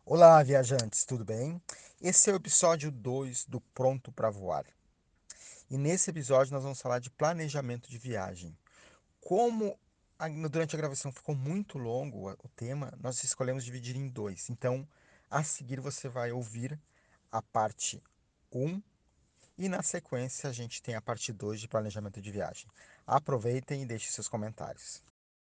Olá, viajantes, tudo bem? Esse é o episódio 2 do Pronto para Voar. E nesse episódio nós vamos falar de planejamento de viagem. Durante a gravação ficou muito longo o tema, nós escolhemos dividir em dois. Então, a seguir você vai ouvir a parte um e na sequência a gente tem a parte 2 de planejamento de viagem. Aproveitem e deixem seus comentários.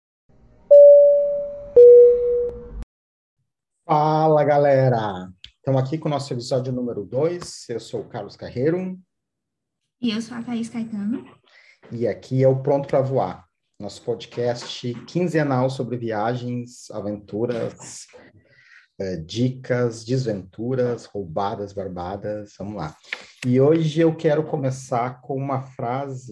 Fala, galera! Estamos aqui com o nosso episódio número 2. Eu sou o Carlos Carreiro E eu sou a Thaís Caetano. e aqui é o Pronto para Voar, nosso podcast quinzenal sobre viagens, aventuras, dicas, desventuras, roubadas, barbadas. Vamos lá. E hoje eu quero começar com uma frase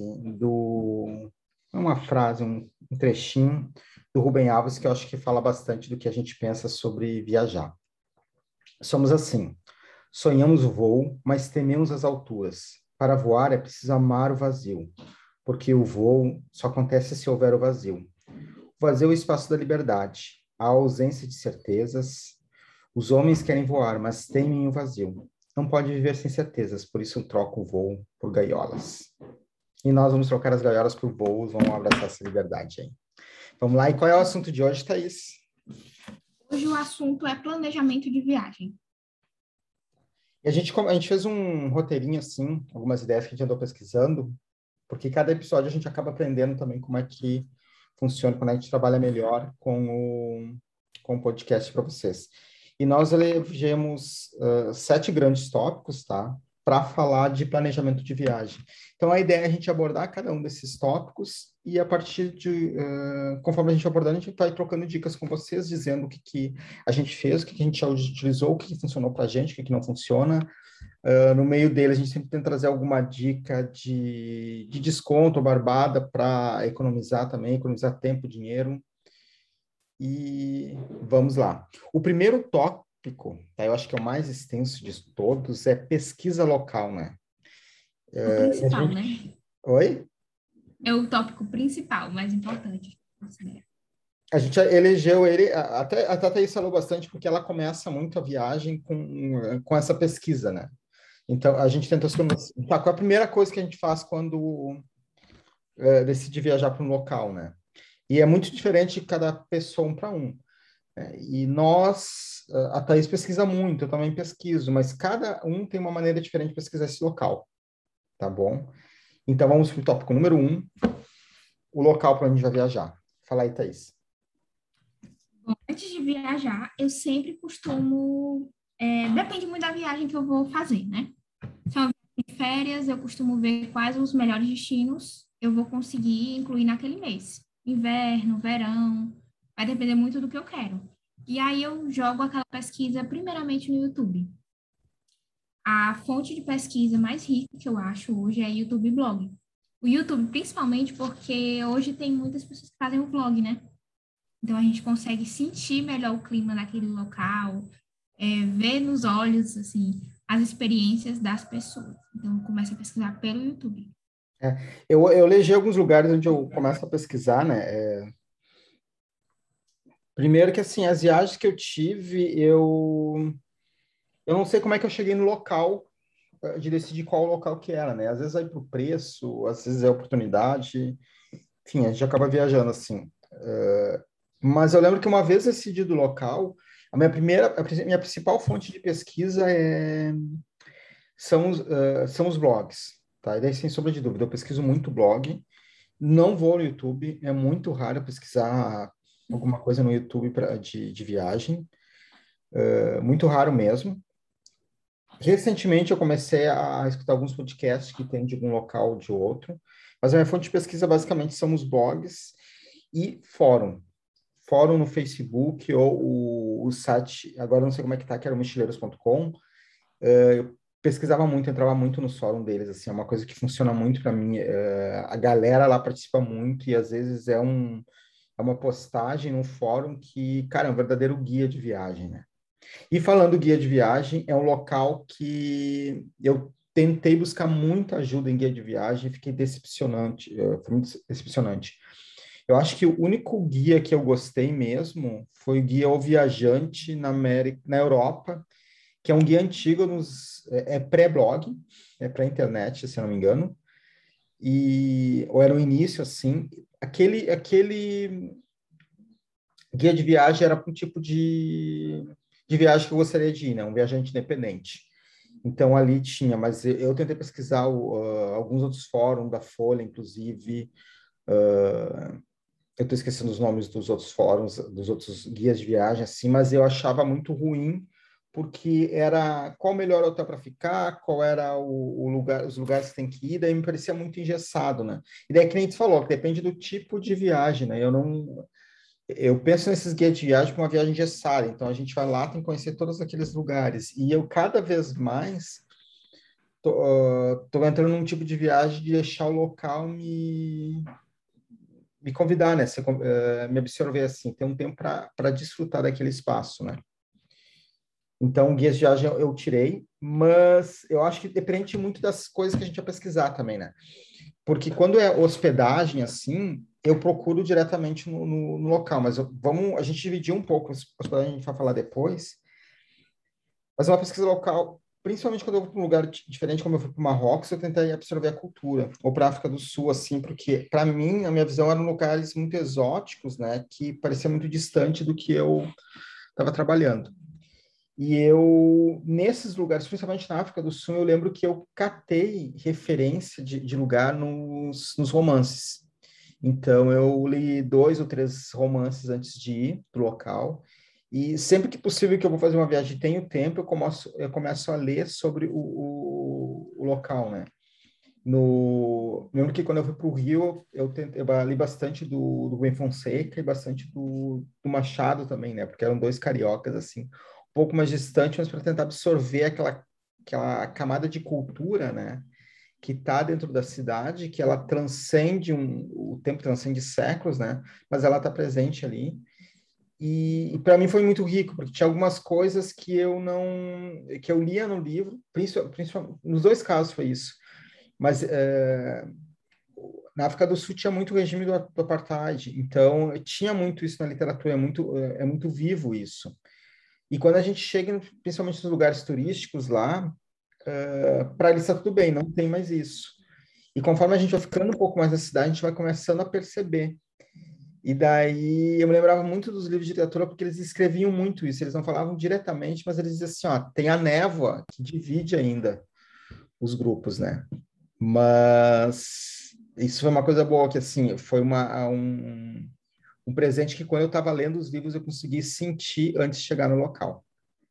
um trechinho do Rubem Alves que eu acho que fala bastante do que a gente pensa sobre viajar. Somos assim. Sonhamos o voo, mas tememos as alturas. Para voar é preciso amar o vazio, porque o voo só acontece se houver o vazio. O vazio é o espaço da liberdade, a ausência de certezas. Os homens querem voar, mas temem o vazio. Não pode viver sem certezas, por isso troca o voo por gaiolas. E nós vamos trocar as gaiolas por voos, vamos abraçar essa liberdade aí. Vamos lá, e qual é o assunto de hoje, Thaís? Hoje o assunto é planejamento de viagem. E a gente fez um roteirinho assim, algumas ideias que a gente andou pesquisando, porque cada episódio a gente acaba aprendendo também como é que funciona quando a gente trabalha melhor com o podcast para vocês. E nós elegemos 7 grandes tópicos, tá? Para falar de planejamento de viagem. Então, a ideia é a gente abordar cada um desses tópicos e, a partir conforme a gente abordando, a gente vai trocando dicas com vocês, dizendo o que a gente fez, o que a gente já utilizou, o que funcionou para a gente, o que não funciona. No meio dele, a gente sempre tenta trazer alguma dica de desconto, barbada, para economizar também, economizar tempo, dinheiro. E vamos lá. O primeiro tópico, tá, eu acho que é o mais extenso de todos, é pesquisa local, né? O E a principal, né? gente... Oi? É o tópico principal, mais importante. Considero. A gente elegeu ele, até a Thaís falou bastante, porque ela começa muito a viagem com essa pesquisa, né? Então, a gente tenta... Tá, qual é a primeira coisa que a gente faz quando decide viajar para um local, né? E é muito diferente de cada pessoa um para um. E nós, a Thaís pesquisa muito, eu também pesquiso, mas cada um tem uma maneira diferente de pesquisar esse local, tá bom? Então vamos para o tópico número 1, o local para onde a gente vai viajar. Fala aí, Thaís. Bom, antes de viajar, eu sempre costumo. Depende muito da viagem que eu vou fazer, né? Se é uma viagem de férias, eu costumo ver quais os melhores destinos eu vou conseguir incluir naquele mês. Inverno, verão, vai depender muito do que eu quero. E aí eu jogo aquela pesquisa primeiramente no YouTube. A fonte de pesquisa mais rica que eu acho hoje é YouTube Blog. O YouTube, principalmente porque hoje tem muitas pessoas que fazem o vlog, né? Então a gente consegue sentir melhor o clima daquele local, ver nos olhos, assim, as experiências das pessoas. Então começa a pesquisar pelo YouTube. É, eu elegi alguns lugares onde eu começo a pesquisar, né? Primeiro que, assim, as viagens que eu tive, eu não sei como é que eu cheguei no local, de decidir qual local que era, né? Às vezes é pro preço, às vezes é oportunidade, enfim, a gente acaba viajando assim. Mas eu lembro que uma vez decidido o local, a minha principal fonte de pesquisa são os blogs, tá? E daí, sem sombra de dúvida, eu pesquiso muito blog, não vou no YouTube, é muito raro eu pesquisar alguma coisa no YouTube de viagem, muito raro mesmo. Recentemente eu comecei a escutar alguns podcasts que tem de algum local ou de outro, mas a minha fonte de pesquisa basicamente são os blogs e fórum no Facebook ou o site, agora eu não sei como é que tá, que era o mochileiros.com. Eu pesquisava muito, entrava muito no fórum deles, assim, é uma coisa que funciona muito para mim. A galera lá participa muito e às vezes é uma postagem no fórum que, cara, é um verdadeiro guia de viagem, né? E falando guia de viagem, é um local que eu tentei buscar muita ajuda em guia de viagem e fiquei decepcionante, foi muito decepcionante. Eu acho que o único guia que eu gostei mesmo foi o guia O Viajante na Europa, que é um guia antigo, é pré-blog, é pré-internet, se eu não me engano, ou era o início, assim. Aquele guia de viagem era para um tipo de viagem que eu gostaria de ir, né? Um viajante independente. Então, ali tinha, mas eu tentei pesquisar alguns outros fóruns da Folha, inclusive. Eu estou esquecendo os nomes dos outros fóruns, dos outros guias de viagem, assim, mas eu achava muito ruim, porque era qual o melhor hotel para ficar, qual era o lugar, os lugares que tem que ir, daí me parecia muito engessado, né? E daí, que nem tu falou, que depende do tipo de viagem, né? Eu penso nesses guias de viagem como uma viagem engessada, então a gente vai lá, tem que conhecer todos aqueles lugares, e eu cada vez mais tô entrando num tipo de viagem de deixar o local me convidar, né? Me absorver assim, ter um tempo para desfrutar daquele espaço, né? Então, guias de viagem eu tirei, mas eu acho que depende muito das coisas que a gente vai pesquisar também, né? Porque quando é hospedagem, assim, eu procuro diretamente no local, mas a gente dividir um pouco, hospedagem a gente vai falar depois, mas uma pesquisa local, principalmente quando eu vou para um lugar diferente, como eu fui para o Marrocos, eu tentei absorver a cultura, ou para a África do Sul, assim, porque, para mim, a minha visão eram lugares muito exóticos, né, que parecia muito distante do que eu estava trabalhando. E eu, nesses lugares, principalmente na África do Sul, eu lembro que eu catei referência de lugar nos romances. Então, eu li 2 ou 3 romances antes de ir para o local. E sempre que possível que eu vou fazer uma viagem e tenho tempo, eu começo a ler sobre o local, né? Lembro que quando eu fui para o Rio, eu li bastante do Gwen Fonseca e bastante do Machado também, né? Porque eram 2 cariocas, assim, um pouco mais distantes, mas para tentar absorver aquela camada de cultura, né? Que está dentro da cidade, que ela transcende o tempo transcende séculos, né? Mas ela está presente ali. E para mim foi muito rico, porque tinha algumas coisas que eu não que eu lia no livro, principalmente nos 2 casos foi isso. Mas na África do Sul tinha muito regime do apartheid, então tinha muito isso na literatura, é muito vivo isso. E quando a gente chega, principalmente nos lugares turísticos lá, para eles está tudo bem, não tem mais isso. E conforme a gente vai ficando um pouco mais na cidade, a gente vai começando a perceber. E daí eu me lembrava muito dos livros de literatura porque eles escreviam muito isso. Eles não falavam diretamente, mas eles diziam assim, ó, tem a névoa que divide ainda os grupos, né? Mas isso foi uma coisa boa, que assim, foi um presente que quando eu estava lendo os livros eu consegui sentir antes de chegar no local.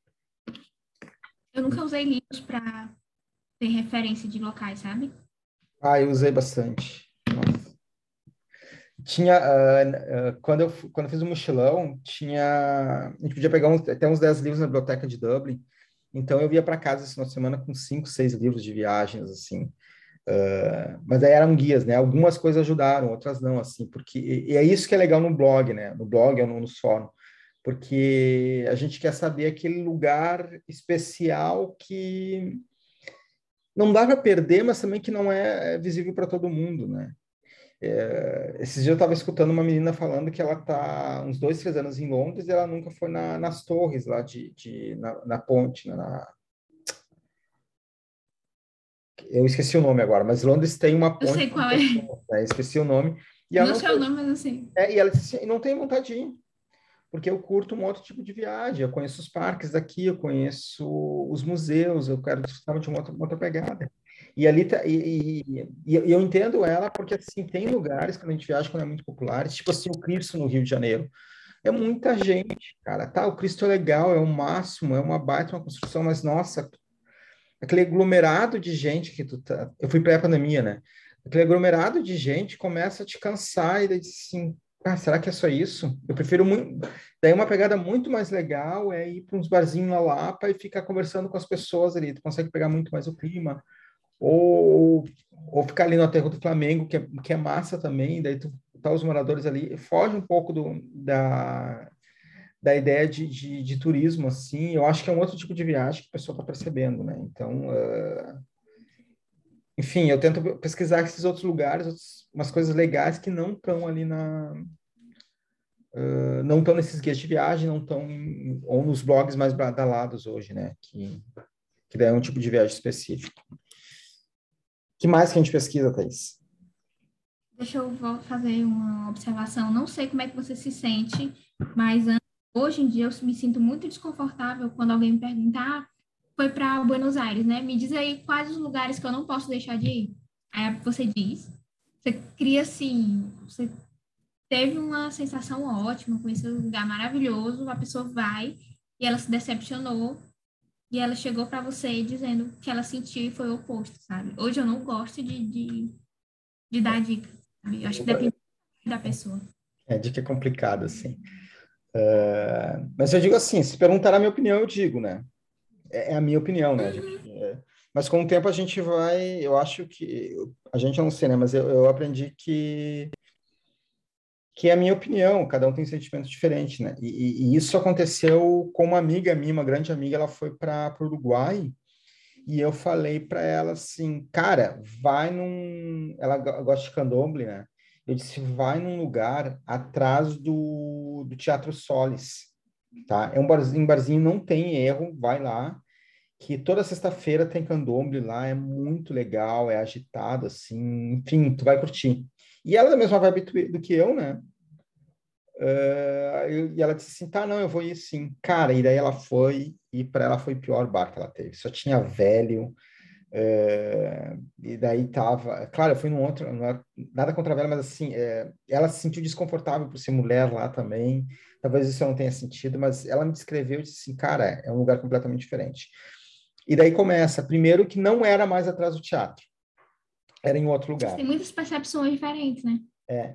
Eu nunca usei livros para ter referência de locais, sabe? Ah, eu usei bastante. Nossa. Tinha, quando eu fiz o mochilão, a gente podia pegar até uns 10 livros na biblioteca de Dublin, então eu ia para casa esse final de semana com 5, 6 livros de viagens, assim. Mas aí eram guias, né? Algumas coisas ajudaram, outras não, assim, porque e é isso que é legal no blog, né? No blog ou no fórum, porque a gente quer saber aquele lugar especial que não dá para perder, mas também que não é visível para todo mundo, né? Esses dias eu estava escutando uma menina falando que ela está uns 2, 3 anos em Londres e ela nunca foi nas torres lá na ponte, né? Eu esqueci o nome agora, mas Londres tem uma Eu ponte, sei qual é. né? Esqueci o nome. E ela Não não sei o foi. nome, mas eu sei. E ela disse assim, não tem vontade de ir, porque eu curto um outro tipo de viagem. Eu conheço os parques daqui, eu conheço os museus, eu quero desfrutar de uma outra pegada. E ali e eu entendo ela porque assim tem lugares quando a gente viaja quando é muito popular, tipo assim o Cristo no Rio de Janeiro. É muita gente, cara. Tá, o Cristo é legal, é o máximo, é uma baita uma construção, mas nossa, aquele aglomerado de gente que tu tá. Eu fui pré-pandemia, né? Aquele aglomerado de gente começa a te cansar e daí diz assim, ah, será que é só isso? Eu prefiro muito. Daí uma pegada muito mais legal é ir para uns barzinhos na Lapa e ficar conversando com as pessoas ali. Tu consegue pegar muito mais o clima. Ou, ou ficar ali no aterro do Flamengo, que é massa também. Daí tu tá os moradores ali. Foge um pouco da ideia de turismo, assim. Eu acho que é um outro tipo de viagem que a pessoa está percebendo, né? Então, enfim, eu tento pesquisar esses outros lugares, umas coisas legais que não estão ali não estão nesses guias de viagem, não estão ou nos blogs mais badalados hoje, né? Que daí é um tipo de viagem específico. Que mais que a gente pesquisa, Thaís? Deixa eu fazer uma observação. Não sei como é que você se sente, mas hoje em dia eu me sinto muito desconfortável quando alguém me pergunta, foi para Buenos Aires, né? Me diz aí quais os lugares que eu não posso deixar de ir. Aí você diz, você cria assim, você teve uma sensação ótima com esse lugar maravilhoso, a pessoa vai e ela se decepcionou e ela chegou para você dizendo que ela sentiu e foi o oposto, sabe? Hoje eu não gosto de dar dica, sabe? Eu acho que depende da pessoa. Dica é complicada, assim. Mas eu digo assim, se perguntar a minha opinião, eu digo, né? É a minha opinião, né? Mas com o tempo a gente vai, eu acho que, a gente eu não sei, né? Mas eu aprendi que é a minha opinião, cada um tem sentimentos diferentes, né? E isso aconteceu com uma amiga minha, uma grande amiga, ela foi para o Uruguai e eu falei para ela assim, cara, vai num. Ela gosta de candomblé, né? Eu disse, vai num lugar atrás do Teatro Solis, tá? É um barzinho, não tem erro, vai lá, que toda sexta-feira tem candomblé lá, é muito legal, é agitado, assim, enfim, tu vai curtir. E ela é da mesma vibe do que eu, né? E ela disse assim, tá, não, eu vou ir sim. Cara, e daí ela foi, e para ela foi o pior bar que ela teve. Só tinha velho, e daí tava... Claro, eu fui num outro, não era nada contra a velha, mas assim, ela se sentiu desconfortável por ser mulher lá também. Talvez isso eu não tenha sentido, mas ela me descreveu e disse assim, cara, é um lugar completamente diferente. E daí começa, primeiro que não era mais atrás do teatro, era em outro lugar. Tem muitas percepções diferentes, né?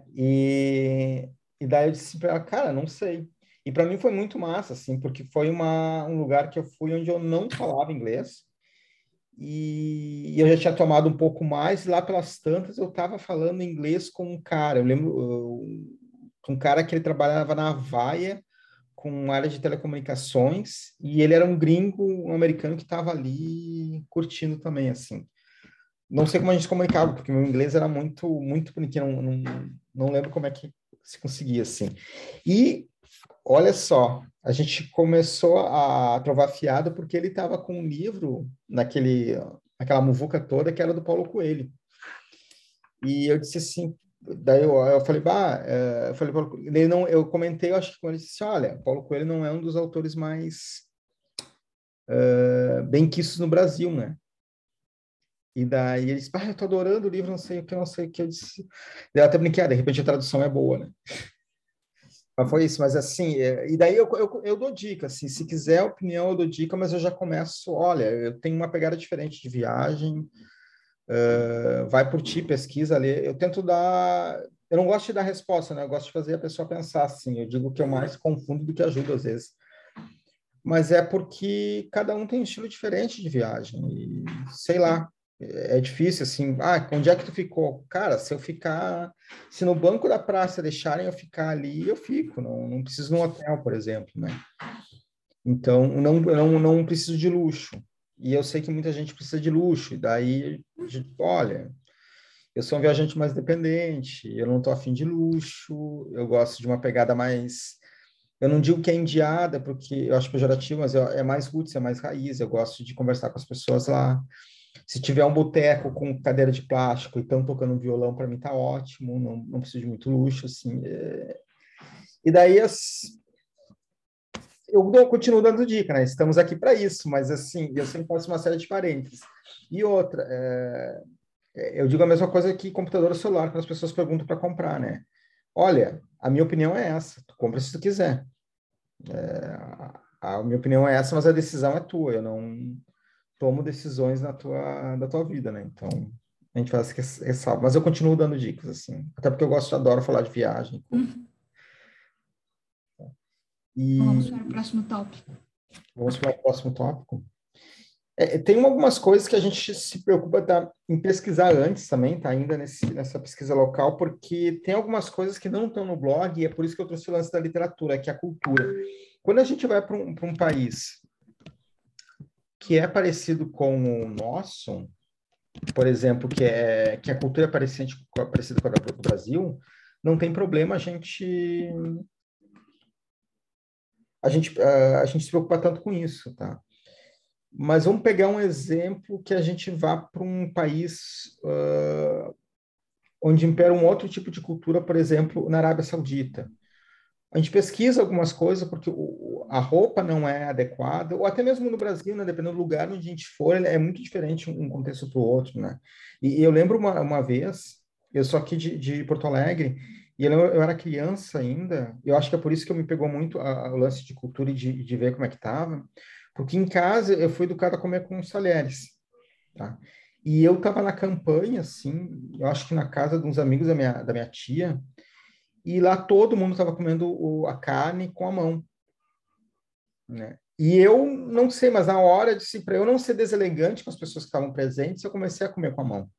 E daí eu disse para ela, cara, não sei. E para mim foi muito massa, assim, porque foi um lugar que eu fui onde eu não falava inglês e eu já tinha tomado um pouco mais e lá pelas tantas eu estava falando inglês com um cara. Eu lembro com um cara que ele trabalhava na Havaia com área de telecomunicações e ele era um gringo, um americano que estava ali curtindo também, assim. Não sei como a gente se comunicava, porque meu inglês era muito bonitinho, não lembro como é que se conseguia, assim. E, olha só, a gente começou a trovar fiado porque ele estava com um livro naquela muvuca toda que era do Paulo Coelho. E eu disse assim, daí eu falei, eu falei, ele não, eu comentei, eu acho que com ele, disse, olha, Paulo Coelho não é um dos autores mais bem quistos no Brasil, né? E daí ele disse, eu tô adorando o livro, não sei o que, não sei o que. Eu disse, daí eu até brinquei, de repente a tradução é boa, né? Mas foi isso, mas assim, e daí eu dou dica, assim, se quiser opinião eu dou dica, mas eu já começo, olha, eu tenho uma pegada diferente de viagem, vai por ti, pesquisa ali, eu tento dar, eu não gosto de dar resposta, né, eu gosto de fazer a pessoa pensar, assim, eu digo que eu mais confundo do que ajudo às vezes, mas é porque cada um tem um estilo diferente de viagem, e sei lá, é difícil, assim, onde é que tu ficou? Cara, se no banco da praça deixarem eu ficar ali, eu fico, não preciso de um hotel, por exemplo, né? Então, eu não preciso de luxo, e eu sei que muita gente precisa de luxo, e daí, olha, eu sou um viajante mais dependente, eu não tô afim de luxo, eu gosto de uma pegada mais eu não digo que é indiada, porque eu acho pejorativo, mas é mais roots, é mais raiz. Eu gosto de conversar com as pessoas lá. Se tiver um boteco com cadeira de plástico e estão tocando um violão, para mim tá ótimo. Não preciso de muito luxo, assim. E daí eu continuo dando dica, né? Estamos aqui para isso, mas assim, eu sempre faço uma série de parênteses. E outra, eu digo a mesma coisa que computador ou celular, quando as pessoas perguntam para comprar, né? Olha, a minha opinião é essa. Tu compra se tu quiser. A minha opinião é essa, mas a decisão é tua. Eu não tomo decisões da tua vida, né? Então, a gente faz essa ressalva. Mas eu continuo dando dicas, assim. Até porque adoro falar de viagem. Vamos para E o próximo tópico. vamos para o próximo tópico. Tem algumas coisas que a gente se preocupa em pesquisar antes também, tá? Ainda nessa pesquisa local, porque tem algumas coisas que não estão no blog, e é por isso que eu trouxe o lance da literatura, que é a cultura. Quando a gente vai para um país que é parecido com o nosso, por exemplo, que a cultura é parecida com a do Brasil, não tem problema a gente se preocupar tanto com isso, tá? Mas vamos pegar um exemplo que a gente vá para um país onde impera um outro tipo de cultura, por exemplo, na Arábia Saudita. A gente pesquisa algumas coisas porque a roupa não é adequada, ou até mesmo no Brasil, né, dependendo do lugar onde a gente for, é muito diferente um contexto para o outro, né? E eu lembro uma vez, eu sou aqui de Porto Alegre, e eu era criança ainda, eu acho que é por isso que eu me pegou muito o lance de cultura e de ver como é que estava, porque em casa eu fui educado a comer com os talheres, tá? E eu estava na campanha, assim, eu acho que na casa de uns amigos da minha tia, e lá todo mundo estava comendo a carne com a mão, né? E eu não sei, mas na hora de para eu não ser deselegante com as pessoas que estavam presentes, eu comecei a comer com a mão.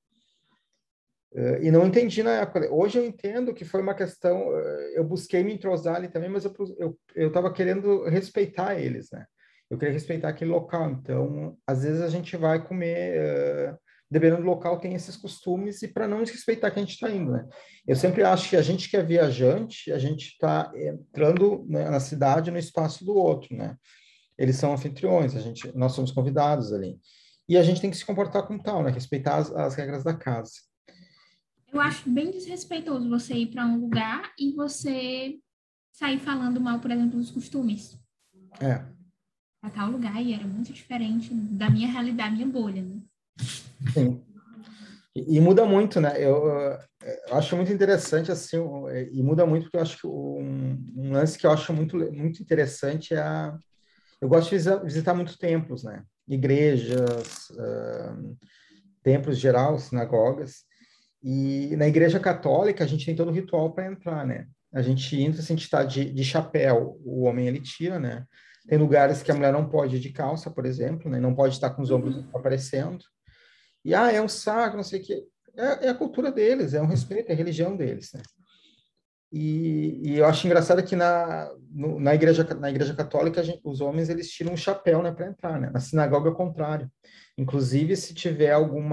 E não entendi na época. Hoje eu entendo que foi uma questão. Eu busquei me entrosar ali também, mas eu estava querendo respeitar eles, né? Eu queria respeitar aquele local. Então, às vezes a gente vai comer, dependendo do local, tem esses costumes, e para não desrespeitar quem a gente está indo, né? Eu sempre acho que a gente que é viajante, a gente está entrando, né, na cidade, no espaço do outro, né? Eles são anfitriões, nós somos convidados ali. E a gente tem que se comportar como tal, né? Respeitar as regras da casa. Eu acho bem desrespeitoso você ir para um lugar e você sair falando mal, por exemplo, dos costumes. É. Para tal lugar e era muito diferente da minha realidade, minha bolha, né? Sim. E muda muito, né? Eu acho muito interessante, assim, e muda muito porque eu acho que um lance que eu acho muito interessante eu gosto de visitar muitos templos, né? Igrejas, templos em geral, sinagogas. E na Igreja Católica a gente tem todo o ritual para entrar, né? A gente entra, se a gente está de chapéu, o homem ele tira, né? Tem lugares que a mulher não pode ir de calça, por exemplo, né? Não pode estar com os ombros aparecendo. E, é um saco, não sei o quê. É a cultura deles, é um respeito, é a religião deles, né? E eu acho engraçado que na igreja católica, os homens, eles tiram o chapéu, né, para entrar, né? Na sinagoga é o contrário. Inclusive, se tiver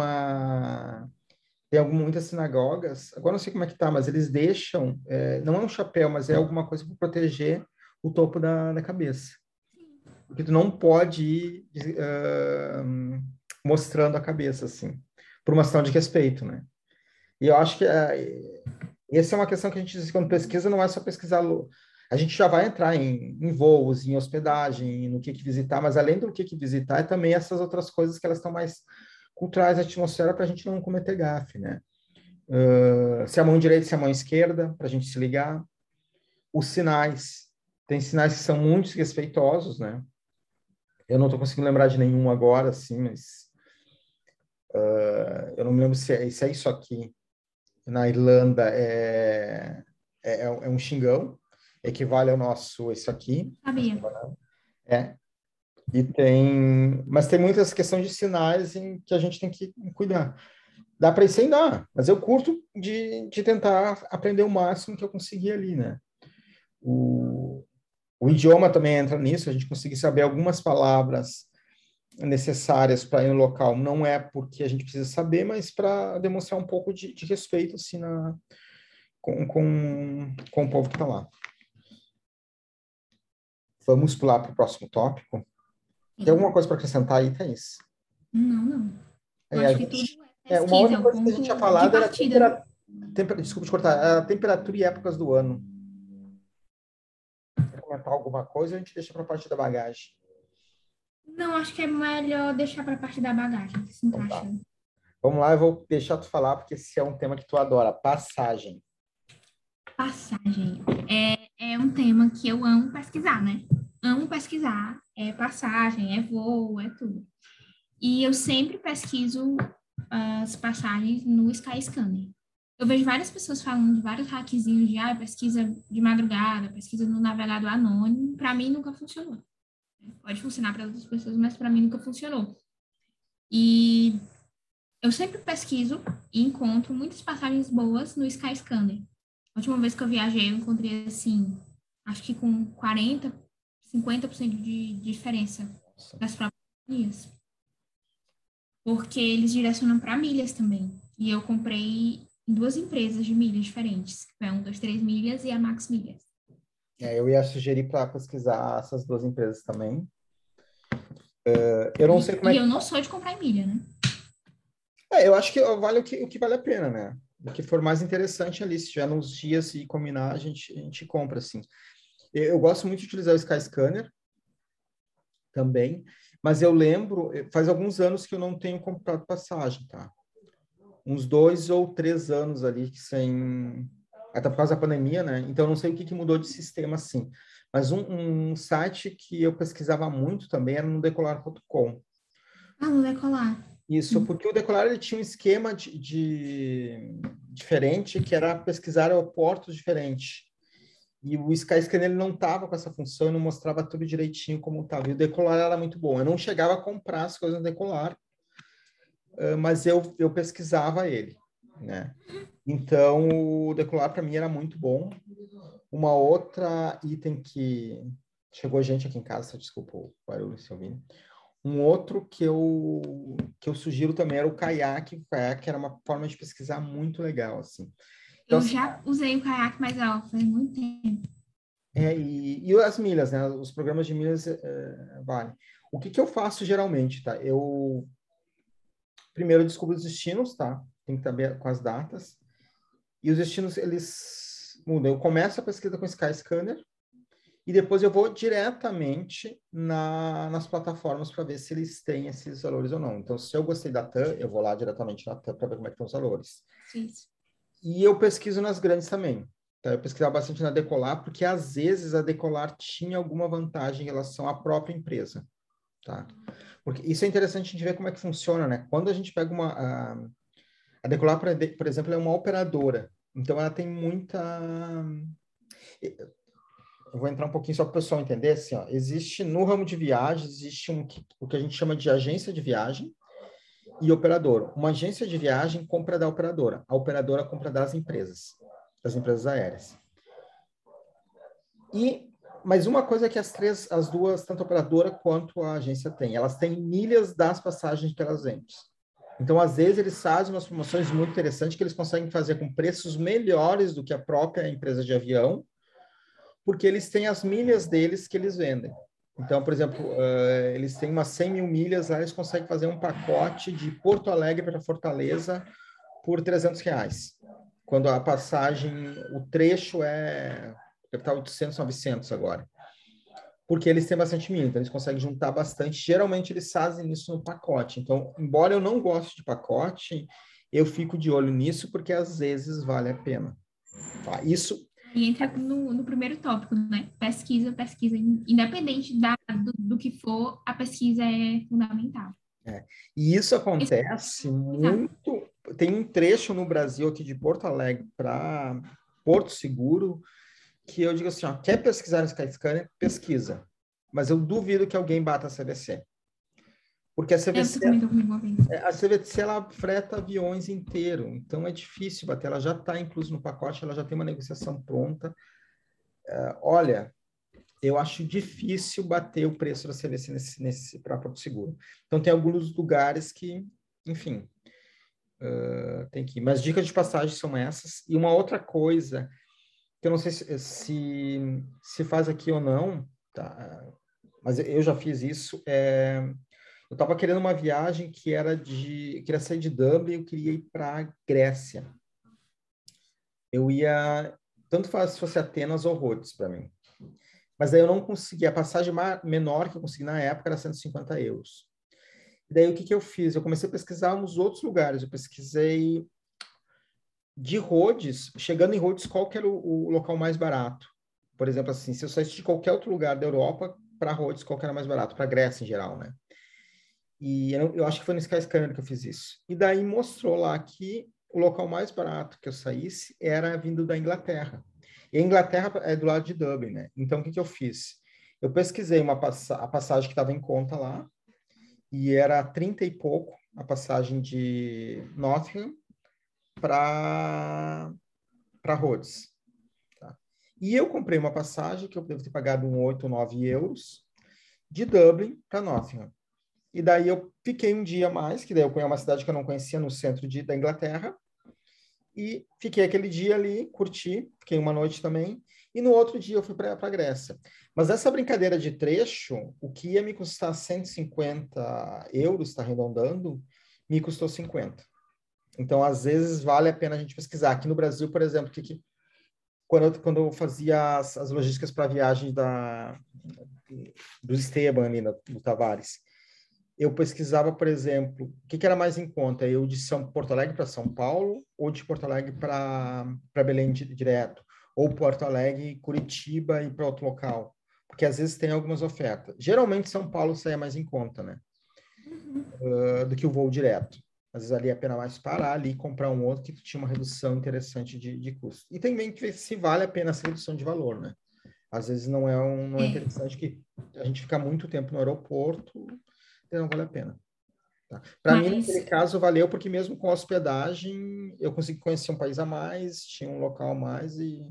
muitas sinagogas, agora não sei como é que tá, mas eles deixam, não é um chapéu, mas é alguma coisa para proteger o topo da cabeça. Porque tu não pode ir mostrando a cabeça, assim, por uma questão de respeito, né? E eu acho que essa é uma questão que a gente diz quando pesquisa, não é só pesquisar. A gente já vai entrar em voos, em hospedagem, no que visitar, mas além do que visitar, é também essas outras coisas que elas estão mais culturais da atmosfera para a gente não cometer gafe, né? Se é a mão direita, se é a mão esquerda, para a gente se ligar. Os sinais. Tem sinais que são muito respeitosos, né? Eu não estou conseguindo lembrar de nenhum agora, assim, mas eu não me lembro se é isso aqui. Na Irlanda é um xingão, equivale ao nosso isso aqui. Sabia? É. Mas tem muitas questões de sinais em que a gente tem que cuidar. Dá para ir sem dar, mas eu curto de tentar aprender o máximo que eu conseguir ali, né? O idioma também entra nisso, a gente conseguir saber algumas palavras necessárias para ir no local, não é porque a gente precisa saber, mas para demonstrar um pouco de respeito, assim, com o povo que está lá. Vamos pular para o próximo tópico. Tem alguma coisa para acrescentar aí, Thaís? Não, não. Eu A acho que tudo gente, é uma pesquisa, outra é o coisa que a gente tinha ponto de falado era partida, né? desculpa te cortar, a temperatura e épocas do ano. Quer comentar alguma coisa, a gente deixa para a parte da bagagem. Não, acho que é melhor deixar para a parte da bagagem, que se Então tá. encaixa. Vamos lá, eu vou deixar tu falar, porque esse é um tema que tu adora, passagem. Passagem é um tema que eu amo pesquisar, né? Amo pesquisar. É passagem, é voo, é tudo. E eu sempre pesquiso as passagens no Skyscanner. Eu vejo várias pessoas falando de vários hackzinhos de pesquisa de madrugada, pesquisa no navegador anônimo. Para mim nunca funcionou. Pode funcionar para outras pessoas, mas para mim nunca funcionou. E eu sempre pesquiso e encontro muitas passagens boas no Skyscanner. A última vez que eu viajei, eu encontrei assim, acho que com 40, 50% de diferença das próprias companhias. porque eles direcionam para milhas também. E eu comprei em duas empresas de milhas diferentes, que é a 123 Milhas e a Max Milhas. Eu ia sugerir para pesquisar essas duas empresas também. Eu não sei como E é eu que... não sou de comprar em milha, né? Eu acho que vale o que vale a pena, né? O que for mais interessante ali, se tiver nos dias e combinar, a gente compra, assim. Eu gosto muito de utilizar o Skyscanner também, mas eu lembro, faz alguns anos que eu não tenho comprado passagem, tá? Uns 2 ou 3 anos ali que sem... Até por causa da pandemia, né? Então, eu não sei o que, que mudou de sistema, assim. Mas um site que eu pesquisava muito também era no decolar.com. Ah, no Decolar. Isso, porque o Decolar ele tinha um esquema diferente, que era pesquisar aeroportos diferentes. E o Skyscanner ele não estava com essa função, não mostrava tudo direitinho como estava. E o Decolar era muito bom. Eu não chegava a comprar as coisas no Decolar, mas eu pesquisava ele, né? Então, o Decolar para mim era muito bom. Uma outra item que chegou gente aqui em casa, desculpa o barulho se ouvindo. Um outro que eu sugiro também era o caiaque. O caiaque era uma forma de pesquisar muito legal, assim. Então, Eu assim, já usei o caiaque, mas ó, faz muito tempo. e as milhas, né? Os programas de milhas vale. O que eu faço geralmente, tá? Eu primeiro descubro os destinos, tá? Tem que saber com as datas. E os destinos, eles mudam. Eu começo a pesquisa com o Skyscanner e depois eu vou diretamente nas plataformas para ver se eles têm esses valores ou não. Então, se eu gostei da TAM, eu vou lá diretamente na TAM para ver como é que estão os valores. Isso. E eu pesquiso nas grandes também. Então, eu pesquisava bastante na Decolar, porque às vezes a Decolar tinha alguma vantagem em relação à própria empresa, tá? Porque isso é interessante a gente ver como é que funciona, né? Quando a gente pega a Decolar, por exemplo, é uma operadora. Então, ela tem muita... Eu vou entrar um pouquinho só para o pessoal entender, assim, ó, existe no ramo de viagens, existe o que a gente chama de agência de viagem e operadora. Uma agência de viagem compra da operadora, a operadora compra das empresas aéreas. Mas uma coisa que as duas, tanto a operadora quanto a agência têm, elas têm milhas das passagens que elas vendem. Então, às vezes, eles fazem umas promoções muito interessantes que eles conseguem fazer com preços melhores do que a própria empresa de avião, porque eles têm as milhas deles que eles vendem. Então, por exemplo, eles têm umas 100 mil milhas, lá eles conseguem fazer um pacote de Porto Alegre para Fortaleza por R$ 300. Quando a passagem, o trecho deve estar 800, 900 agora. Porque eles têm bastante milha, então eles conseguem juntar bastante. Geralmente eles fazem isso no pacote. Então, embora eu não goste de pacote, eu fico de olho nisso porque às vezes vale a pena. Tá? Isso Aí entra no primeiro tópico, né? Pesquisa, pesquisa. Independente do que for, a pesquisa é fundamental. E isso Esse- acontece tá. muito. Tem um trecho no Brasil, aqui de Porto Alegre para Porto Seguro, que eu digo assim: ó, quer pesquisar no Skyscanner? Pesquisa. Mas eu duvido que alguém bata a CVC. Porque Você comentou comigo uma vez. a CVC ela freta aviões inteiro, então é difícil bater. Ela já está incluso no pacote, ela já tem uma negociação pronta. Olha, eu acho difícil bater o preço da CVC nesse para Porto Seguro. Então, tem alguns lugares que, enfim, tem que ir. Mas dicas de passagem são essas. E uma outra coisa, que eu não sei se faz aqui ou não, tá? Mas eu já fiz isso. Eu estava querendo uma viagem que eu queria sair de Dublin, eu queria ir para Grécia. Eu ia, tanto faz se fosse Atenas ou Rhodes para mim. Mas daí eu não consegui, a passagem menor que eu consegui na época era 150 euros. E daí o que eu fiz? Eu comecei a pesquisar nos outros lugares. Eu pesquisei de Rhodes, chegando em Rhodes, qual que era o local mais barato. Por exemplo, assim, se eu saísse de qualquer outro lugar da Europa para Rhodes, qual que era mais barato? Para Grécia em geral, né? E eu acho que foi no Skyscanner que eu fiz isso. E daí mostrou lá que o local mais barato que eu saísse era vindo da Inglaterra. E a Inglaterra é do lado de Dublin, né? Então, o que eu fiz? Eu pesquisei a passagem que estava em conta lá, e era 30 e pouco a passagem de Nottingham para Rhodes. Tá? E eu comprei uma passagem que eu devo ter pagado 8 ou 9 euros de Dublin para Nottingham. e daí eu fiquei um dia a mais, que daí eu conheci uma cidade que eu não conhecia no centro da Inglaterra, e fiquei aquele dia ali, curti, fiquei uma noite também, e no outro dia eu fui para a Grécia. Mas essa brincadeira de trecho, o que ia me custar 150 euros, está arredondando, me custou 50. Então, às vezes, vale a pena a gente pesquisar. Aqui no Brasil, por exemplo, quando eu fazia as logísticas para a viagem do Esteban ali no Tavares, eu pesquisava, por exemplo, o que era mais em conta? Eu de Porto Alegre para São Paulo ou de Porto Alegre para Belém direto? Ou Porto Alegre, Curitiba e para outro local? Porque às vezes tem algumas ofertas. Geralmente São Paulo sai mais em conta, né? Do que o voo direto. Às vezes ali é a pena mais parar ali e comprar um outro que tinha uma redução interessante de custo. E também que ver se vale a pena essa redução de valor, né? Às vezes não é interessante que a gente ficar muito tempo no aeroporto, então não vale a pena. Tá? Para mim, naquele Mas, caso, valeu, porque mesmo com hospedagem, eu consegui conhecer um país a mais, tinha um local a mais e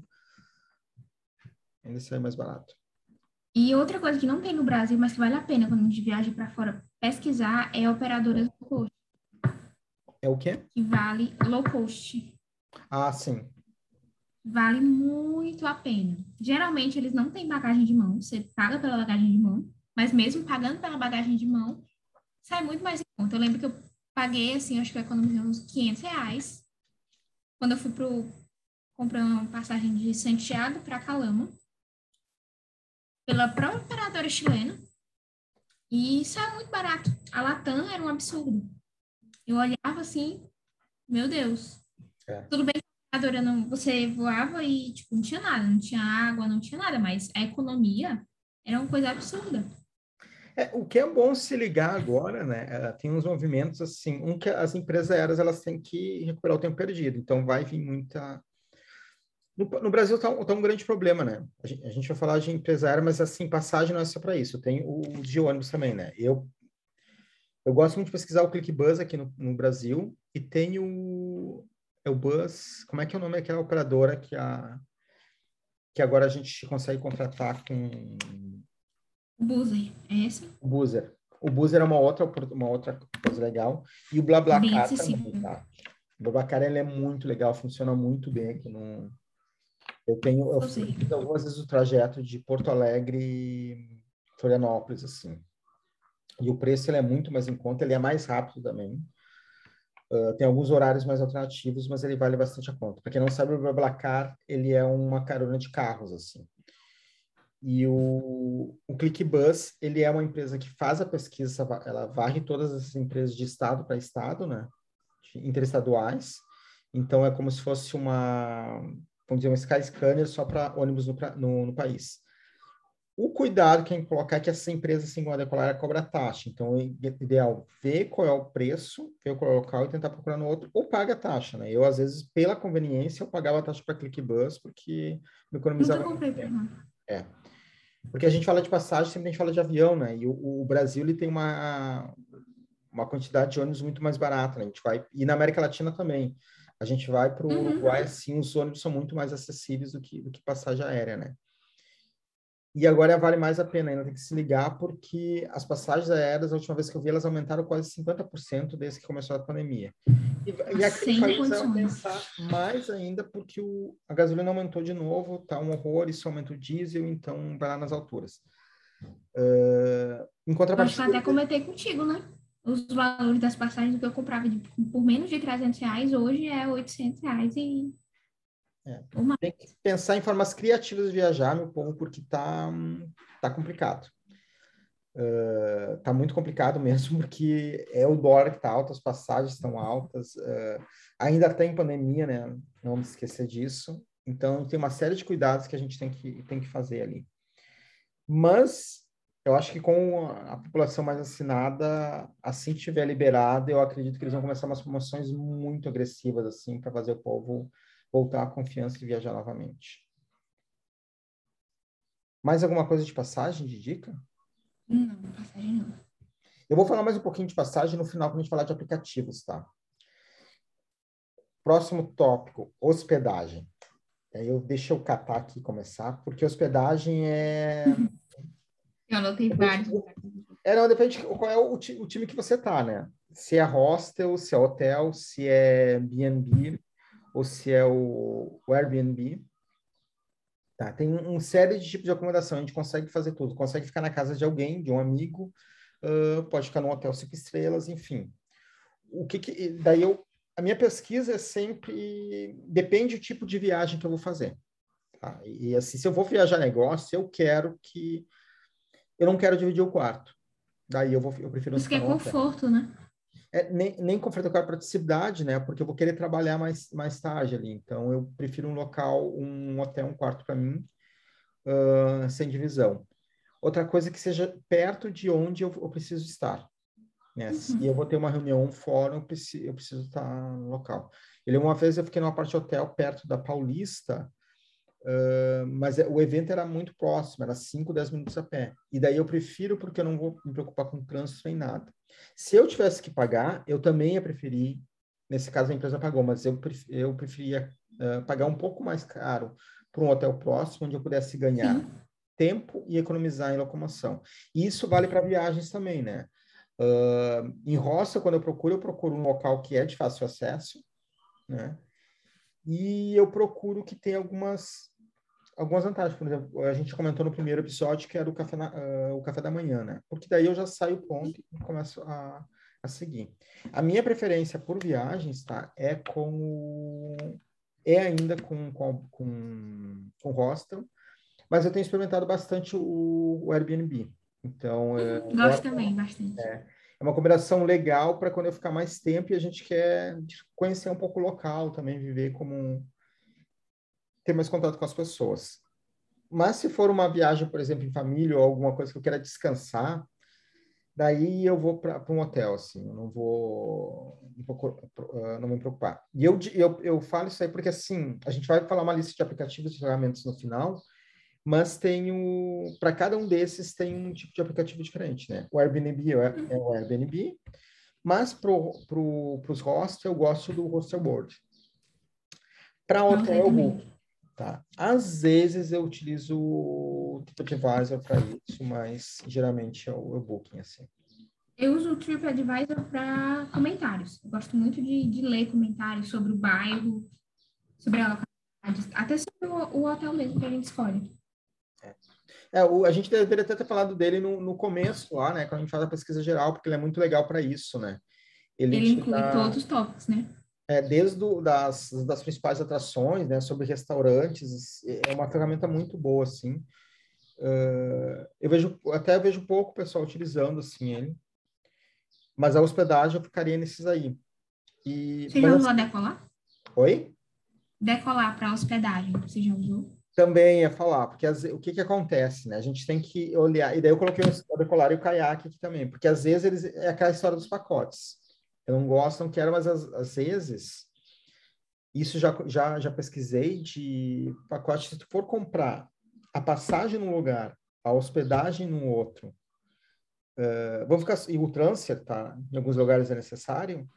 ainda saiu mais barato. e outra coisa que não tem no Brasil, mas que vale a pena quando a gente viaja para fora pesquisar, é operadoras low cost, É o quê? que vale low cost. Ah, sim. Vale muito a pena. Geralmente eles não têm bagagem de mão, você paga pela bagagem de mão, mas mesmo pagando pela bagagem de mão, sai muito mais em conta. Eu lembro que eu paguei, assim, acho que eu economizei uns R$ 500 quando eu fui comprar uma passagem de Santiago para Calama, pela própria operadora chilena, e saiu muito barato. A Latam era um absurdo. Eu olhava assim, meu Deus. É. Tudo bem que a operadora não, você voava e, tipo, não tinha nada, não tinha água, não tinha nada, mas a economia era uma coisa absurda. O que é bom se ligar agora, né? Tem uns movimentos assim, que as empresas aéreas elas têm que recuperar o tempo perdido. Então vai vir muita. No Brasil tá um grande problema, né? A gente vai falar de empresa aérea, mas assim, passagem não é só para isso. Tem o de ônibus também, né? Eu gosto muito de pesquisar o ClickBus aqui no Brasil e tem o Bus. Como é que é o nome daquela operadora que agora a gente consegue contratar com O Buzzer, é esse? o Buzer. O Buzer é uma outra coisa legal. E o Bem BlaBlaCar também, acessível. tá? O BlaBlaCar ele é muito legal, funciona muito bem aqui no. Eu Usei. fiz algumas vezes o trajeto de Porto Alegre, Florianópolis, assim. E o preço ele é muito mais em conta, ele é mais rápido também. Tem alguns horários mais alternativos, mas ele vale bastante a conta. Para quem não sabe, o BlaBlaCar ele é uma carona de carros, assim. E o ClickBus, ele é uma empresa que faz a pesquisa, ela varre todas essas empresas de estado para estado, né? Interestaduais. Então, é como se fosse vamos dizer, um Skyscanner só para ônibus no país. O cuidado que tem que colocar é que essa empresa, assim, quando decolar, cobra taxa. Então, é ideal ver qual é o preço, ver qual é o local e tentar procurar no outro, ou paga a taxa, né? Eu, às vezes, pela conveniência, eu pagava a taxa para ClickBus, porque me Nunca economizava muito comprei por tempo. lá. É. Porque a gente fala de passagem, sempre a gente fala de avião, né? E o Brasil, ele tem uma quantidade de ônibus muito mais barata, né? A gente vai, e na América Latina também. A gente vai para o Uhum. Uruguai, assim, os ônibus são muito mais acessíveis do que passagem aérea, né? E agora vale mais a pena ainda, tem que se ligar, porque as passagens aéreas, a última vez que eu vi, elas aumentaram quase 50% desde que começou a pandemia. E aqui no Sem país vai condições. aumentar mais ainda, porque a gasolina aumentou de novo, tá um horror, isso aumenta o diesel, então vai lá nas alturas. Em Eu acho que eu contrapartida, até comentei contigo, né? Os valores das passagens que eu comprava por menos de R$ 300, hoje é R$ 800 ou mais. tem que pensar em formas criativas de viajar, meu povo, porque tá complicado. Tá muito complicado mesmo, porque é o dólar que tá alto, as passagens estão altas, ainda tem pandemia, né? Não vamos esquecer disso. Então, tem uma série de cuidados que a gente tem que fazer ali. Mas eu acho que com a população mais vacinada, assim que estiver liberada, eu acredito que eles vão começar umas promoções muito agressivas, assim, para fazer o povo voltar à confiança e viajar novamente. Mais alguma coisa de passagem, de dica? Não, passagem não. Eu vou falar mais um pouquinho de passagem no final, quando a gente falar de aplicativos, tá? Próximo tópico, hospedagem. Deixa eu catar aqui e começar, porque hospedagem é... Eu anotei vários. Não, depende qual é o time que você tá, né? Se é hostel, se é hotel, se é B&B ou se é o Airbnb. Tá, tem um série de tipos de acomodação, a gente consegue fazer tudo. Consegue ficar na casa de alguém, de um amigo, pode ficar num hotel 5 estrelas, enfim. Daí a minha pesquisa é sempre, depende do tipo de viagem que eu vou fazer. Tá? E assim, se eu vou viajar negócio, eu não quero dividir o quarto. Daí eu prefiro Isso que ficar é no hotel. conforto, né? Nem conforto, eu quero praticidade, né? Porque eu vou querer trabalhar mais tarde ali. Então, eu prefiro um local, um hotel, um quarto para mim, sem divisão. Outra coisa que seja perto de onde eu preciso estar, né? Se eu vou ter uma reunião, um fórum, eu preciso estar no local. Uma vez eu fiquei numa parte de hotel perto da Paulista, mas o evento era muito próximo, era 5, 10 minutos a pé. E daí eu prefiro porque eu não vou me preocupar com trânsito nem nada. Se eu tivesse que pagar, eu também ia preferir, nesse caso a empresa pagou, mas eu preferia pagar um pouco mais caro para um hotel próximo, onde eu pudesse ganhar Sim. tempo e economizar em locomoção. E isso vale para viagens também, né? Em roça, quando eu procuro um local que é de fácil acesso, né? E eu procuro que tenha algumas vantagens. Por exemplo, a gente comentou no primeiro episódio que era o café da manhã, né? Porque daí eu já saio pronto e começo a seguir. A minha preferência por viagens, tá? É ainda com hostel, mas eu tenho experimentado bastante o Airbnb. Então, Gosto também, bastante. é uma combinação legal para quando eu ficar mais tempo e a gente quer conhecer um pouco o local também, ter mais contato com as pessoas. Mas se for uma viagem, por exemplo, em família ou alguma coisa que eu queira descansar, daí eu vou para um hotel, assim, eu não vou me preocupar. E eu falo isso aí porque, assim, a gente vai falar uma lista de aplicativos e ferramentas no final, mas para cada um desses tem um tipo de aplicativo diferente, né? O Airbnb é o Airbnb, mas os hostels eu gosto do Hostelworld. Para Eu hotel usei eu vou. também. Tá. Às vezes eu utilizo o TripAdvisor para isso, mas geralmente é o Booking, assim. Eu uso o TripAdvisor para comentários. Eu gosto muito de ler comentários sobre o bairro, sobre a localidade, até sobre o hotel mesmo que a gente escolhe. A gente deveria até ter falado dele no começo lá, né, quando a gente faz a pesquisa geral, porque ele é muito legal para isso, né? Ele Ele te inclui todos dá, os tópicos, né? desde das principais atrações, né, sobre restaurantes, é uma ferramenta muito boa, assim. Até vejo pouco o pessoal utilizando, assim, ele, mas a hospedagem eu ficaria nesses aí. Você Mas já usou a assim, Decolar? oi? Decolar para hospedagem, você já usou? Também ia falar, porque o que que acontece, né? A gente tem que olhar, e daí eu coloquei o decolar e o caiaque aqui também, porque às vezes é aquela história dos pacotes. Eu não gosto, não quero, mas às vezes, isso já pesquisei de pacote, se tu for comprar a passagem num lugar, a hospedagem num outro, e o transfer, tá? Em alguns lugares é necessário,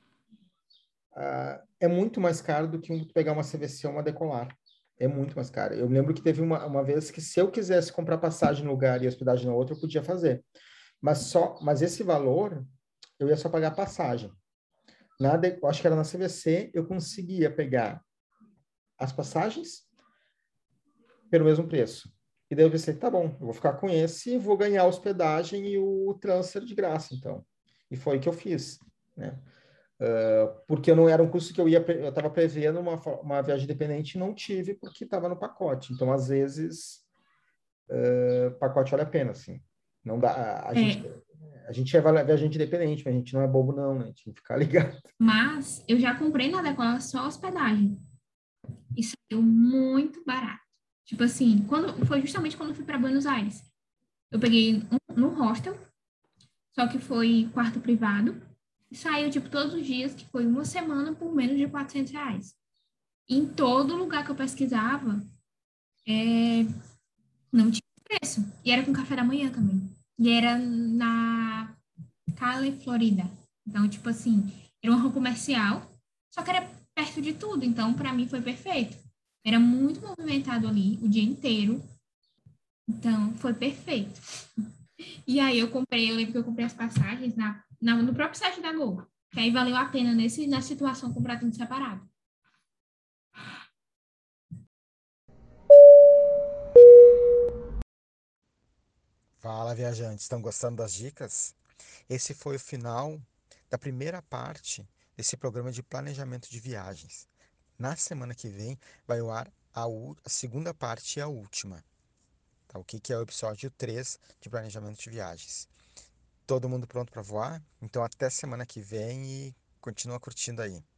é muito mais caro do que pegar uma CVC ou uma decolar. É muito mais caro. Eu lembro que teve uma vez que se eu quisesse comprar passagem no lugar e hospedagem no outro, eu podia fazer. Mas esse valor, eu ia só pagar a passagem. Eu acho que era na CVC, eu conseguia pegar as passagens pelo mesmo preço. E daí eu pensei, tá bom, eu vou ficar com esse e vou ganhar a hospedagem e o transfer de graça, então. E foi o que eu fiz, né? Porque não era um custo que eu estava prevendo uma viagem independente e não tive porque estava no pacote. Então, às vezes, pacote vale a pena, assim. Não dá, É, a gente é viajante independente, mas a gente não é bobo não, né? A gente tem que ficar ligado. mas eu já comprei na Decolar só hospedagem. E saiu muito barato. Tipo assim, foi justamente quando eu fui para Buenos Aires. Eu peguei no hostel, só que foi quarto privado. E saiu, tipo, todos os dias, que foi uma semana por menos de R$ 400. E em todo lugar que eu pesquisava, não tinha preço. E era com café da manhã também. E era na Cali, Florida. Então, tipo assim, era uma rua comercial, só que era perto de tudo. Então, para mim, foi perfeito. Era muito movimentado ali o dia inteiro. Então, foi perfeito. E aí eu lembro que eu comprei as passagens no próprio site da Gol. Que aí valeu a pena nessa situação comprar tudo separado. Fala, viajantes, estão gostando das dicas? Esse foi o final da primeira parte desse programa de planejamento de viagens. Na semana que vem vai ao ar a segunda parte e a última, tá? O que que é o episódio 3 de planejamento de viagens. Todo mundo pronto para voar? Então até semana que vem e continua curtindo aí.